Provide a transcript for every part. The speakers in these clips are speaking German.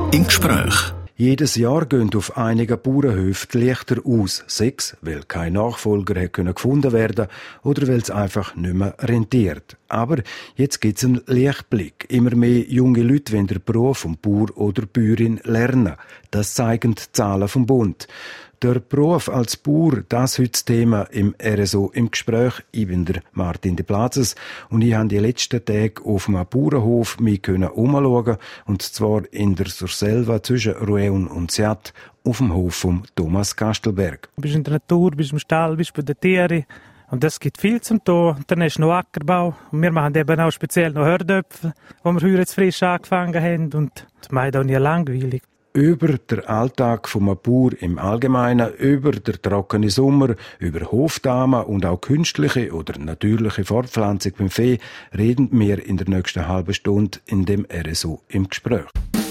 im Gespräch. Jedes Jahr gehen auf einigen Bauernhöfen die Lichter aus. Sechs, weil kein Nachfolger gefunden werden oder weil es einfach nicht mehr rentiert. Aber jetzt gibt es einen Lichtblick. Immer mehr junge Leute wollen den Beruf vom Bauer oder Bäuerin lernen. Das zeigen die Zahlen vom Bund. Der Beruf als Bauer, das ist heute das Thema im RSO im Gespräch. Ich bin der Martin de Plazes und ich habe die letzten Tage auf einem Bauernhof mich umschauen, und zwar in der Surselva zwischen Rueon und Siat auf dem Hof von Thomas Kastelberg. Du bist in der Natur, bist im Stall, bist bei den Tieren und das gibt viel zum tun. Dann ist noch Ackerbau und wir machen eben auch speziell noch Hördöpfel, wo wir heute jetzt frisch angefangen haben, und das macht auch nie langweilig. Über den Alltag vom Bauer im Allgemeinen, über den trockenen Sommer, über Hofdamen und auch künstliche oder natürliche Fortpflanzung beim Vieh reden wir in der nächsten halben Stunde in dem RSO im Gespräch.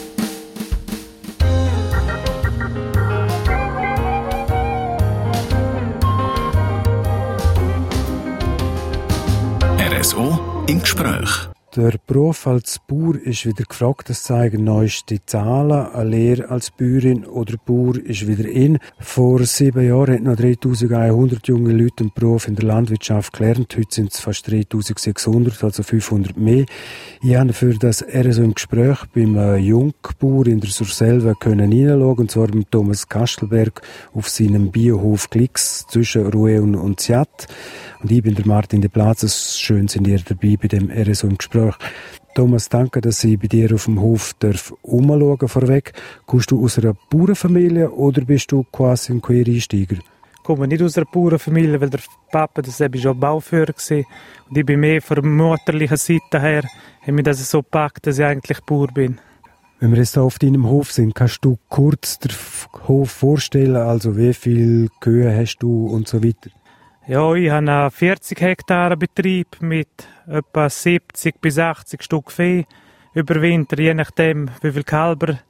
RSO im Gespräch. Der Beruf als Bauer ist wieder gefragt, das zeigen neueste Zahlen. Eine Lehre als Bäuerin oder Bauer ist wieder in. Vor 7 Jahren haben noch 3100 junge Leute den Beruf in der Landwirtschaft gelernt. Heute sind es fast 3600, also 500 mehr. Ich habe für das RSO im Gespräch beim Jungbauer in der Surselva hineinschauen, und zwar beim Thomas Kastelberg auf seinem Biohof Glix zwischen Rueon und Siat. Und ich bin der Martin de Plazes. Schön sind ihr dabei bei dem RSO im Gespräch. Thomas, danke, dass ich bei dir auf dem Hof umschauen vorweg. Kommst du aus einer Bauernfamilie oder bist du quasi ein Quereinsteiger? Ich komme nicht aus einer Bauernfamilie, weil der Papa das eben schon Bauführer war. Und ich bin mehr von der mütterlichen Seite her, habe mich das so gepackt, dass ich eigentlich Bauer bin. Wenn wir jetzt hier auf deinem Hof sind, kannst du kurz den Hof vorstellen, also wie viele Kühe hast du und so weiter? Ja, ich habe einen 40 Hektar Betrieb mit etwa 70 bis 80 Stück Vieh über Winter, je nachdem, wie viele Kälber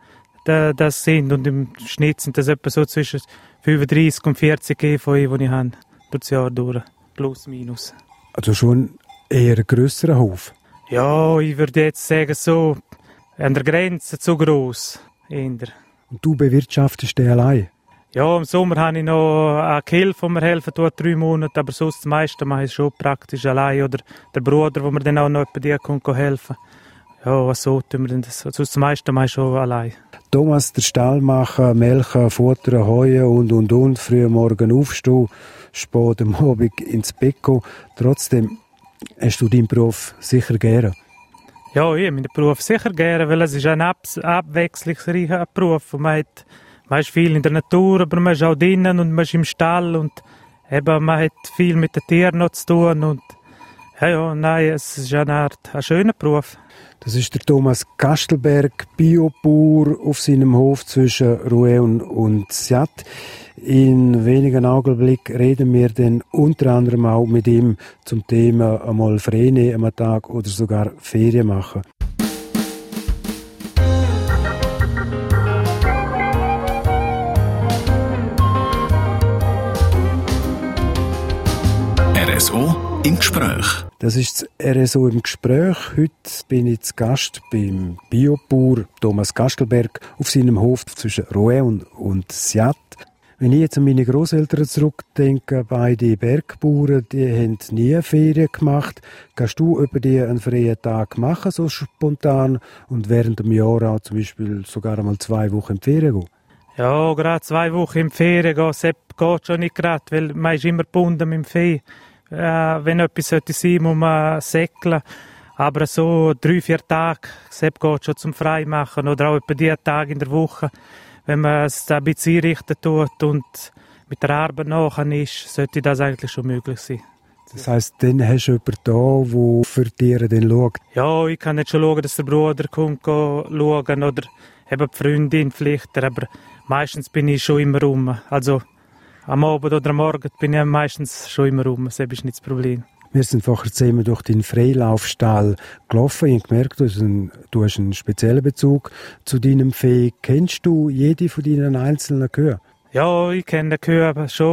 das sind. Und im Schnitt sind das etwa so zwischen 35 und 40 Efeu, die ich habe, durchs Jahr durch, plus minus. Also schon eher ein grösserer Hof? Ja, ich würde jetzt sagen, so an der Grenze zu gross. Und du bewirtschaftest den allein? Ja, im Sommer habe ich noch eine Gehilfe, die mir helfen tut, 3 Monate, aber sonst das meiste mache ich schon praktisch allein. Oder der Bruder, der mir dann auch noch bei dir helfen kann. Ja, so tun wir denn das. Sonst das meiste mache ich schon allein. Thomas, der Stall machen, melken, futtern, heuen und. Früh am Morgen aufstehen, spät am Abend ins Bett gehen. Trotzdem hast du deinen Beruf sicher gerne? Ja, ich habe meinen Beruf sicher gerne, weil es ist ein abwechslungsreicher Beruf. Man ist viel in der Natur, aber man ist auch drinnen und man ist im Stall und eben, man hat viel mit den Tieren noch zu tun. Und es ist eine Art ein schöner Beruf. Das ist der Thomas Kastelberg, Biobauer auf seinem Hof zwischen Rueon und Siat. In wenigen Augenblicken reden wir dann unter anderem auch mit ihm zum Thema einmal frei nehmen am Tag oder sogar Ferien machen. RSO im Gespräch. Das ist das RSO im Gespräch. Heute bin ich zu Gast beim Biobauer Thomas Kastelberg auf seinem Hof zwischen Rueon und Siat. Wenn ich jetzt an meine Grosseltern zurückdenke, beide Bergbauern, die haben nie Ferien gemacht. Kannst du über die einen freien Tag machen, so spontan, und während dem Jahr auch zum Beispiel sogar einmal 2 Wochen in die Ferien gehen? Ja, gerade 2 Wochen in die Ferien gehen, das geht schon nicht gerade, weil man ist immer gebunden mit dem Vieh. Wenn etwas sein sollte, muss man säckeln. Aber so 3-4 Tage, das geht schon zum Freimachen. Oder auch etwa die Tage in der Woche. Wenn man es ein bisschen einrichten tut und mit der Arbeit nachher ist, sollte das eigentlich schon möglich sein. Das heisst, dann hast du jemanden da, der für die Tiere dann schaut? Ja, ich kann nicht schon schauen, dass der Bruder kommt schauen oder eben die Freundin vielleicht. Aber meistens bin ich schon immer rum. Also am Abend oder am Morgen bin ich meistens schon immer rum. Das ist nicht das Problem. Wir sind vorher zusammen durch den Freilaufstall gelaufen. Ich habe gemerkt, du hast einen speziellen Bezug zu deinem Vieh. Kennst du jede von deinen einzelnen Kühe? Ja, ich kenne die Kühe schon.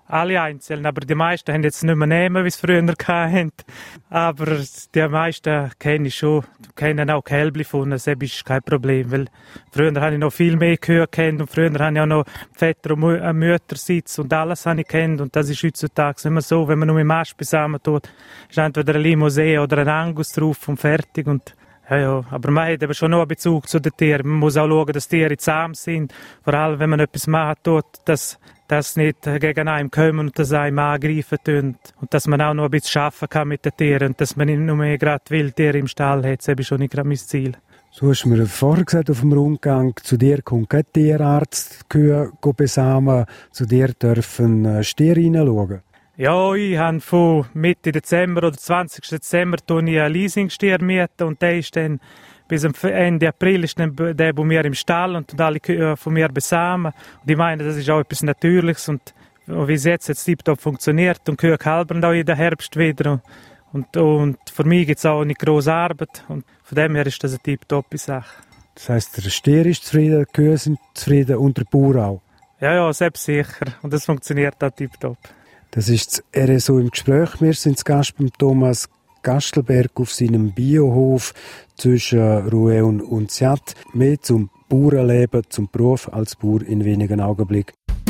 alle einzeln, aber die meisten haben jetzt nicht mehr nehmen, wie es früher hatten. Aber die meisten kenne ich schon, kennen auch Kälbli von, das ist kein Problem, weil früher habe ich noch viel mehr Kühe kennt und früher habe ich auch noch Väter- und Müttersitz und alles habe ich kennt und das ist heutzutage immer so, wenn man nur im Mast beisammen tut, ist entweder ein Limousin oder ein Angus drauf und fertig und ja, aber man hat eben schon noch einen Bezug zu den Tieren. Man muss auch schauen, dass die Tiere zahm sind. Vor allem, wenn man etwas machen tut, dass das nicht gegen einen kommen und das einem angreifen tun. Und dass man auch noch ein bisschen arbeiten kann mit den Tieren. Und dass man nicht nur mehr gerade Wildtiere im Stall hat. Das ist schon nicht gerade mein Ziel. So hast du mir vorher gesagt, auf dem Rundgang, zu dir kommt kein Tierarzt, die Kühe besamen, zu dir dürfen Stiere reinschauen. Ja, ich habe von Mitte Dezember oder 20. Dezember einen Leasingstier mieten und der ist dann bis Ende April ist dann der bei mir im Stall und alle Kühe von mir besamen. Und ich meine, das ist auch etwas Natürliches und wie es jetzt tiptop funktioniert und die Kühe kalbern auch jeden Herbst wieder. Und für mich gibt es auch nicht grosse Arbeit und von dem her ist das eine tiptoppe Sache. Das heisst, der Stier ist zufrieden, die Kühe sind zufrieden und der Bauer auch? Ja, selbstsicher und das funktioniert auch tiptop. Das ist das RSO im Gespräch. Wir sind zu Gast beim Thomas Gastelberg auf seinem Biohof zwischen Rouen und Ciat. Mehr zum Bauernleben, zum Beruf als Bauer in wenigen Augenblicken.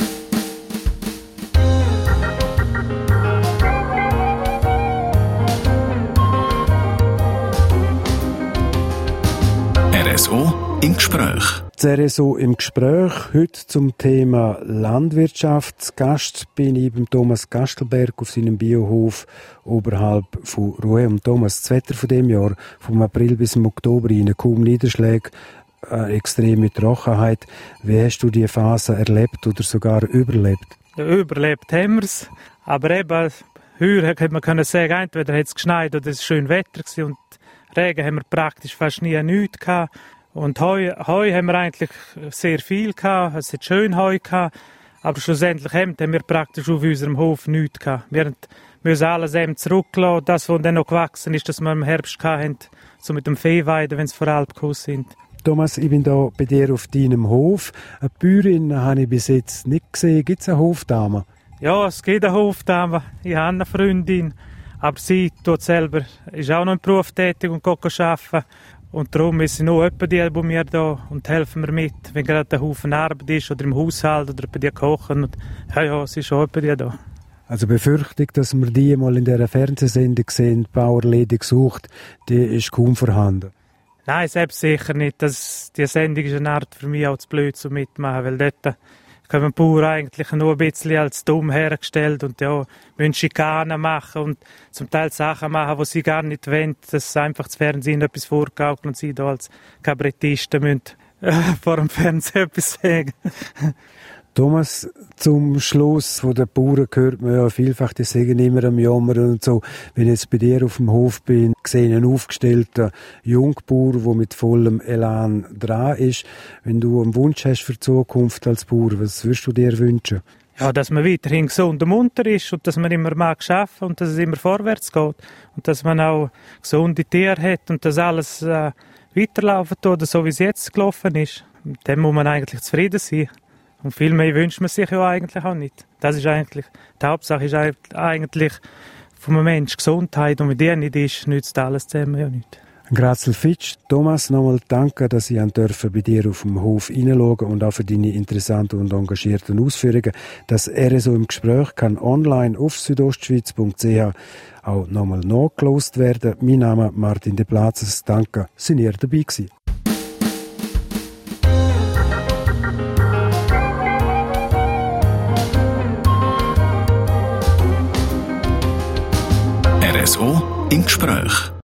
RSO im Gespräch. Das RSO im Gespräch, heute zum Thema Landwirtschaft. Zu Gast bin ich beim Thomas Gastelberg auf seinem Biohof oberhalb von Rouen. Thomas, das Wetter von dem Jahr, vom April bis im Oktober rein, kaum Niederschläge, extreme Trockenheit. Wie hast du diese Phase erlebt oder sogar überlebt? Ja, überlebt haben wir es, aber eben, heuer hätte man können sagen, entweder hat es geschneit oder es war schön Wetter gewesen und Regen haben wir praktisch fast nie nichts gehabt. Und Heu haben wir eigentlich sehr viel gehabt, es hat schön Heu gehabt, aber schlussendlich haben wir praktisch auf unserem Hof nichts gehabt. Wir müssen alles eben zurücklassen, das, was dann noch gewachsen ist, das wir im Herbst hatten, so mit dem Viehweiden, wenn es vor allem gekommen sind. Thomas, ich bin da bei dir auf deinem Hof. Eine Bäuerin habe ich bis jetzt nicht gesehen. Gibt es eine Hofdame? Ja, es gibt eine Hofdame, ich habe eine Freundin, aber sie tut selber, ist auch noch im Beruf tätig und geht arbeiten. Und darum ist sie noch jemand, die bei mir da und helfen mir mit, wenn gerade ein Haufen Arbeit ist oder im Haushalt oder bei dir kochen. Und ja, sie ist schon jemand, die da. Also Befürchtung, dass wir die mal in dieser Fernsehsendung sehen, Bauerledig sucht, die ist kaum vorhanden. Nein, selbst sicher nicht. Die Sendung ist eine Art für mich auch zu blöd zum Mitmachen, weil dort können Bauern eigentlich nur ein bisschen als dumm hergestellt und ja, müssen Schikanen machen und zum Teil Sachen machen, die sie gar nicht wollen, dass einfach das Fernsehen etwas vorgaukelt und sie da als Kabarettisten müssen vor dem Fernsehen etwas sagen. Thomas, zum Schluss von den Bauern hört man ja vielfach, die sagen immer am Jammern und so. Wenn ich jetzt bei dir auf dem Hof bin, sehe einen aufgestellten Jungbauer, der mit vollem Elan dran ist. Wenn du einen Wunsch hast für die Zukunft als Bauer, was würdest du dir wünschen? Ja, dass man weiterhin gesund und munter ist und dass man immer mag arbeiten und dass es immer vorwärts geht und dass man auch gesunde Tiere hat und dass alles weiterlaufen tut, so wie es jetzt gelaufen ist. Mit dem muss man eigentlich zufrieden sein. Und viel mehr wünscht man sich ja eigentlich auch nicht. Das ist eigentlich, die Hauptsache ist eigentlich vom Menschen Gesundheit und wenn die nicht ist, nützt alles zusammen ja nicht. Grazie Fitsch. Thomas, nochmal danke, dass ich bei dir auf dem Hof reinschauen und auch für deine interessanten und engagierten Ausführungen. Das RSO im Gespräch kann online auf südostschweiz.ch auch nochmal nachgelost werden. Mein Name ist Martin de Plazes. Danke, sind ihr dabei gewesen. RSO im Gespräch.